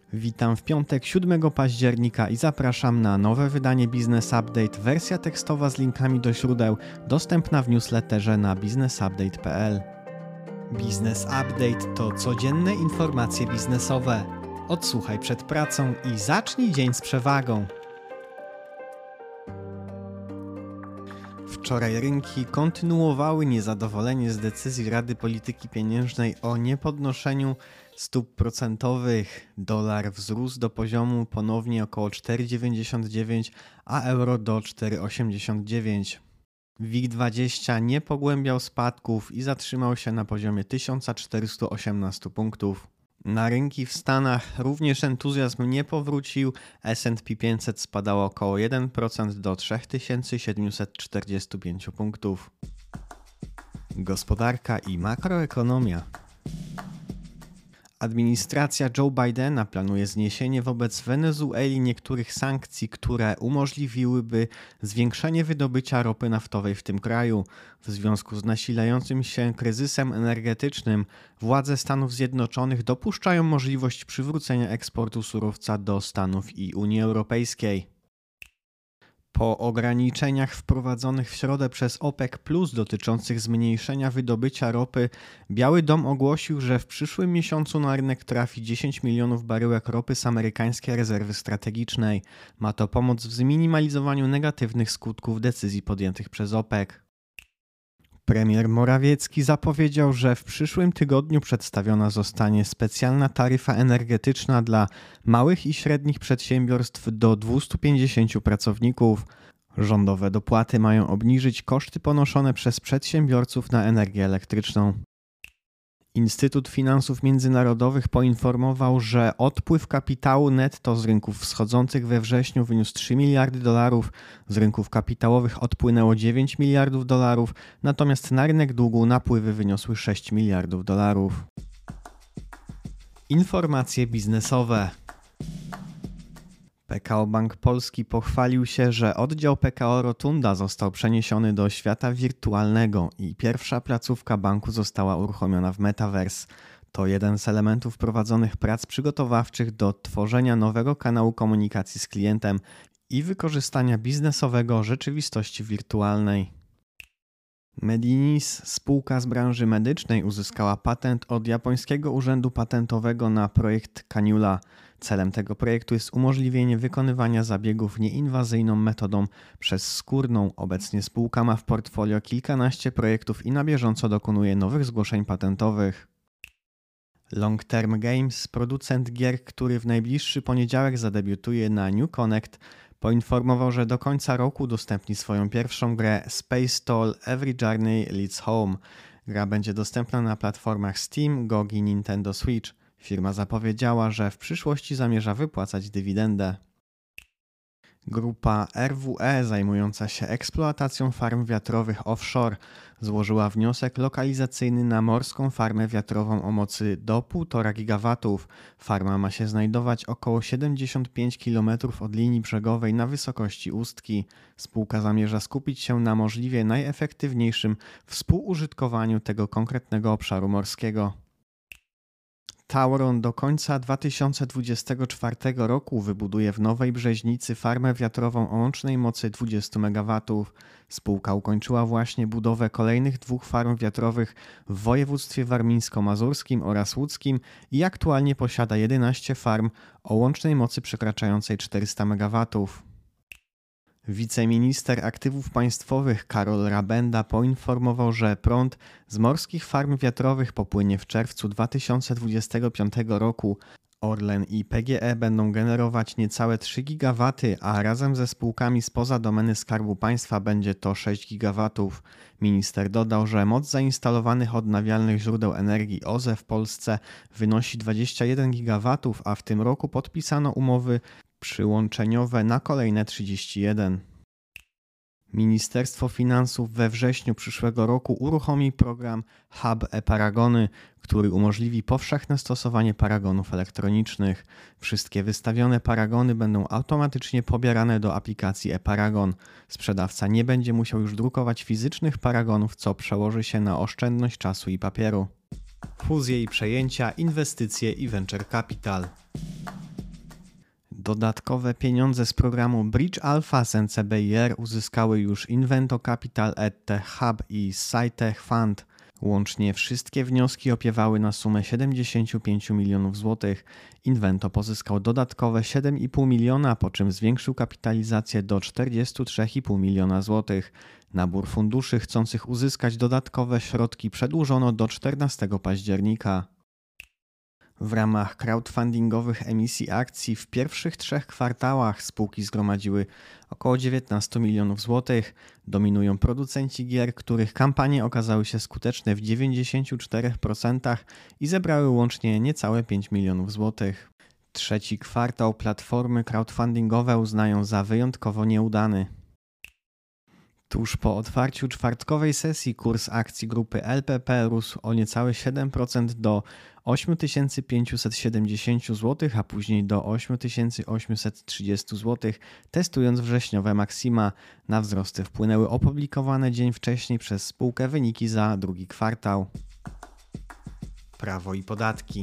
Witam w piątek 7 października i zapraszam na nowe wydanie Business Update, wersja tekstowa z linkami do źródeł, dostępna w newsletterze na businessupdate.pl. Business Update to codzienne informacje biznesowe. Odsłuchaj przed pracą i zacznij dzień z przewagą. Wczoraj rynki kontynuowały niezadowolenie z decyzji Rady Polityki Pieniężnej o niepodnoszeniu stóp procentowych. Dolar wzrósł do poziomu ponownie około 4,99, a euro do 4,89. WIG20 nie pogłębiał spadków i zatrzymał się na poziomie 1418 punktów. Na rynki w Stanach również entuzjazm nie powrócił, S&P 500 spadało około 1% do 3745 punktów. Gospodarka i makroekonomia. Administracja Joe Bidena planuje zniesienie wobec Wenezueli niektórych sankcji, które umożliwiłyby zwiększenie wydobycia ropy naftowej w tym kraju. W związku z nasilającym się kryzysem energetycznym władze Stanów Zjednoczonych dopuszczają możliwość przywrócenia eksportu surowca do Stanów i Unii Europejskiej. Po ograniczeniach wprowadzonych w środę przez OPEC Plus dotyczących zmniejszenia wydobycia ropy, Biały Dom ogłosił, że w przyszłym miesiącu na rynek trafi 10 milionów baryłek ropy z amerykańskiej rezerwy strategicznej. Ma to pomóc w zminimalizowaniu negatywnych skutków decyzji podjętych przez OPEC. Premier Morawiecki zapowiedział, że w przyszłym tygodniu przedstawiona zostanie specjalna taryfa energetyczna dla małych i średnich przedsiębiorstw do 250 pracowników. Rządowe dopłaty mają obniżyć koszty ponoszone przez przedsiębiorców na energię elektryczną. Instytut Finansów Międzynarodowych poinformował, że odpływ kapitału netto z rynków wschodzących we wrześniu wyniósł 3 miliardy dolarów, z rynków kapitałowych odpłynęło 9 miliardów dolarów, natomiast na rynek długu napływy wyniosły 6 miliardów dolarów. Informacje biznesowe. PKO Bank Polski pochwalił się, że oddział PKO Rotunda został przeniesiony do świata wirtualnego i pierwsza placówka banku została uruchomiona w Metaverse. To jeden z elementów prowadzonych prac przygotowawczych do tworzenia nowego kanału komunikacji z klientem i wykorzystania biznesowego rzeczywistości wirtualnej. Medinis, spółka z branży medycznej, uzyskała patent od japońskiego urzędu patentowego na projekt Cannula. Celem tego projektu jest umożliwienie wykonywania zabiegów nieinwazyjną metodą przez skórną. Obecnie spółka ma w portfolio kilkanaście projektów i na bieżąco dokonuje nowych zgłoszeń patentowych. Long Term Games, producent gier, który w najbliższy poniedziałek zadebiutuje na New Connect, poinformował, że do końca roku udostępni swoją pierwszą grę Space Toll Every Journey Leads Home. Gra będzie dostępna na platformach Steam, GOG i Nintendo Switch. Firma zapowiedziała, że w przyszłości zamierza wypłacać dywidendę. Grupa RWE zajmująca się eksploatacją farm wiatrowych offshore złożyła wniosek lokalizacyjny na morską farmę wiatrową o mocy do 1,5 GW. Farma ma się znajdować około 75 km od linii brzegowej na wysokości Ustki. Spółka zamierza skupić się na możliwie najefektywniejszym współużytkowaniu tego konkretnego obszaru morskiego. Tauron do końca 2024 roku wybuduje w Nowej Brzeźnicy farmę wiatrową o łącznej mocy 20 MW. Spółka ukończyła właśnie budowę kolejnych 2 farm wiatrowych w województwie warmińsko-mazurskim oraz łódzkim i aktualnie posiada 11 farm o łącznej mocy przekraczającej 400 MW. Wiceminister Aktywów Państwowych Karol Rabenda poinformował, że prąd z morskich farm wiatrowych popłynie w czerwcu 2025 roku. Orlen i PGE będą generować niecałe 3 GW, a razem ze spółkami spoza domeny Skarbu Państwa będzie to 6 GW. Minister dodał, że moc zainstalowanych odnawialnych źródeł energii OZE w Polsce wynosi 21 GW, a w tym roku podpisano umowy przyłączeniowe na kolejne 31. Ministerstwo Finansów we wrześniu przyszłego roku uruchomi program Hub e-Paragony, który umożliwi powszechne stosowanie paragonów elektronicznych. Wszystkie wystawione paragony będą automatycznie pobierane do aplikacji e-Paragon. Sprzedawca nie będzie musiał już drukować fizycznych paragonów, co przełoży się na oszczędność czasu i papieru. Fuzje i przejęcia, inwestycje i venture capital. Dodatkowe pieniądze z programu Bridge Alpha z NCBIR uzyskały już Invento Capital, EdTech Hub i SciTech Fund. Łącznie wszystkie wnioski opiewały na sumę 75 milionów złotych. Invento pozyskał dodatkowe 7,5 miliona, po czym zwiększył kapitalizację do 43,5 miliona złotych. Nabór funduszy chcących uzyskać dodatkowe środki przedłużono do 14 października. W ramach crowdfundingowych emisji akcji w pierwszych 3 kwartałach spółki zgromadziły około 19 milionów złotych. Dominują producenci gier, których kampanie okazały się skuteczne w 94% i zebrały łącznie niecałe 5 milionów złotych. Trzeci kwartał platformy crowdfundingowe uznają za wyjątkowo nieudany. Tuż po otwarciu czwartkowej sesji kurs akcji grupy LPP rósł o niecałe 7% do 8570 zł, a później do 8830 zł, testując wrześniowe maksima. Na wzrosty wpłynęły opublikowane dzień wcześniej przez spółkę wyniki za drugi kwartał. Prawo i podatki.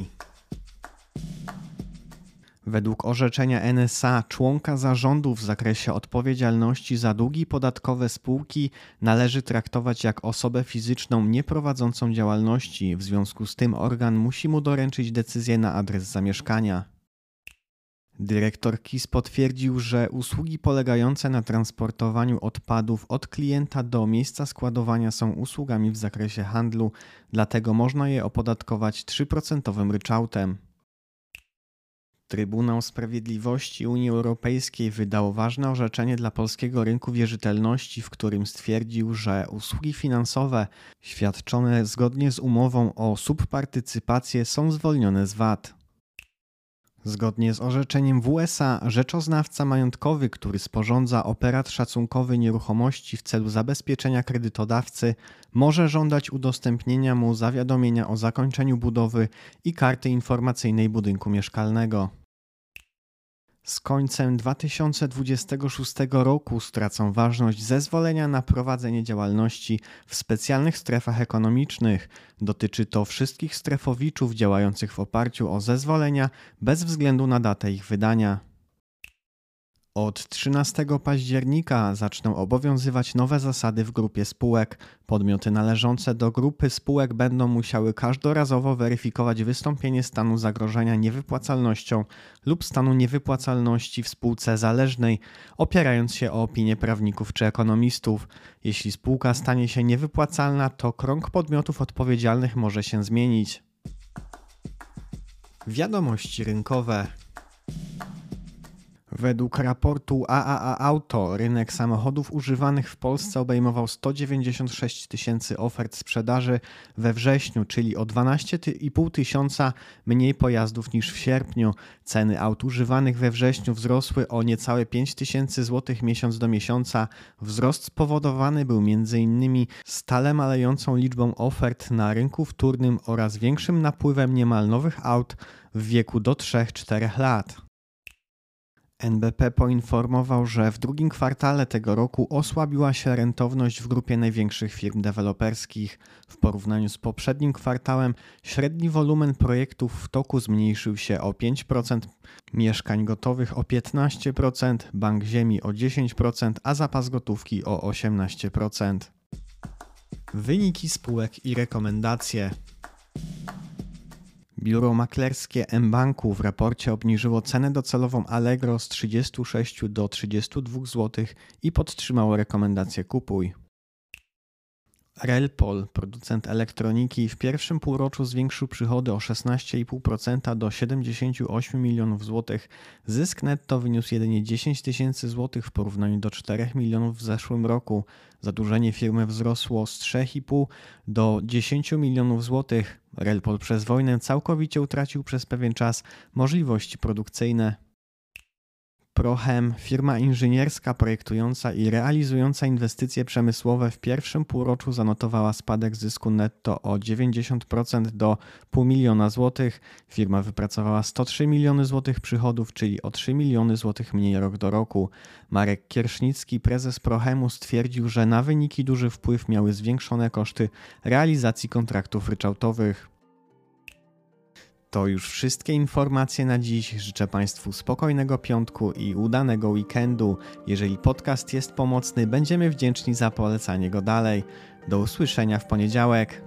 Według orzeczenia NSA członka zarządu w zakresie odpowiedzialności za długi podatkowe spółki należy traktować jak osobę fizyczną nieprowadzącą działalności. W związku z tym organ musi mu doręczyć decyzję na adres zamieszkania. Dyrektor KIS potwierdził, że usługi polegające na transportowaniu odpadów od klienta do miejsca składowania są usługami w zakresie handlu, dlatego można je opodatkować 3% ryczałtem. Trybunał Sprawiedliwości Unii Europejskiej wydał ważne orzeczenie dla polskiego rynku wierzytelności, w którym stwierdził, że usługi finansowe świadczone zgodnie z umową o subpartycypację są zwolnione z VAT. Zgodnie z orzeczeniem w USA, rzeczoznawca majątkowy, który sporządza operat szacunkowy nieruchomości w celu zabezpieczenia kredytodawcy, może żądać udostępnienia mu zawiadomienia o zakończeniu budowy i karty informacyjnej budynku mieszkalnego. Z końcem 2026 roku stracą ważność zezwolenia na prowadzenie działalności w specjalnych strefach ekonomicznych. Dotyczy to wszystkich strefowiczów działających w oparciu o zezwolenia bez względu na datę ich wydania. Od 13 października zaczną obowiązywać nowe zasady w grupie spółek. Podmioty należące do grupy spółek będą musiały każdorazowo weryfikować wystąpienie stanu zagrożenia niewypłacalnością lub stanu niewypłacalności w spółce zależnej, opierając się o opinie prawników czy ekonomistów. Jeśli spółka stanie się niewypłacalna, to krąg podmiotów odpowiedzialnych może się zmienić. Wiadomości rynkowe. Według raportu AAA Auto rynek samochodów używanych w Polsce obejmował 196 tysięcy ofert sprzedaży we wrześniu, czyli o 12,5 tysiąca mniej pojazdów niż w sierpniu. Ceny aut używanych we wrześniu wzrosły o niecałe 5 tysięcy złotych miesiąc do miesiąca. Wzrost spowodowany był m.in. stale malejącą liczbą ofert na rynku wtórnym oraz większym napływem niemal nowych aut w wieku do 3-4 lat. NBP poinformował, że w drugim kwartale tego roku osłabiła się rentowność w grupie największych firm deweloperskich. W porównaniu z poprzednim kwartałem średni wolumen projektów w toku zmniejszył się o 5%, mieszkań gotowych o 15%, bank ziemi o 10%, a zapas gotówki o 18%. Wyniki spółek i rekomendacje. Biuro maklerskie mBanku w raporcie obniżyło cenę docelową Allegro z 36 do 32 zł i podtrzymało rekomendację kupuj. Relpol, producent elektroniki, w pierwszym półroczu zwiększył przychody o 16,5% do 78 milionów złotych. Zysk netto wyniósł jedynie 10 tysięcy złotych w porównaniu do 4 milionów w zeszłym roku. Zadłużenie firmy wzrosło z 3,5 do 10 milionów złotych. Relpol przez wojnę całkowicie utracił przez pewien czas możliwości produkcyjne. Prochem, firma inżynierska projektująca i realizująca inwestycje przemysłowe w pierwszym półroczu zanotowała spadek zysku netto o 90% do 500 000 złotych. Firma wypracowała 103 miliony złotych przychodów, czyli o 3 miliony złotych mniej rok do roku. Marek Kiersznicki, prezes Prochemu, stwierdził, że na wyniki duży wpływ miały zwiększone koszty realizacji kontraktów ryczałtowych. To już wszystkie informacje na dziś. Życzę Państwu spokojnego piątku i udanego weekendu. Jeżeli podcast jest pomocny, będziemy wdzięczni za polecanie go dalej. Do usłyszenia w poniedziałek.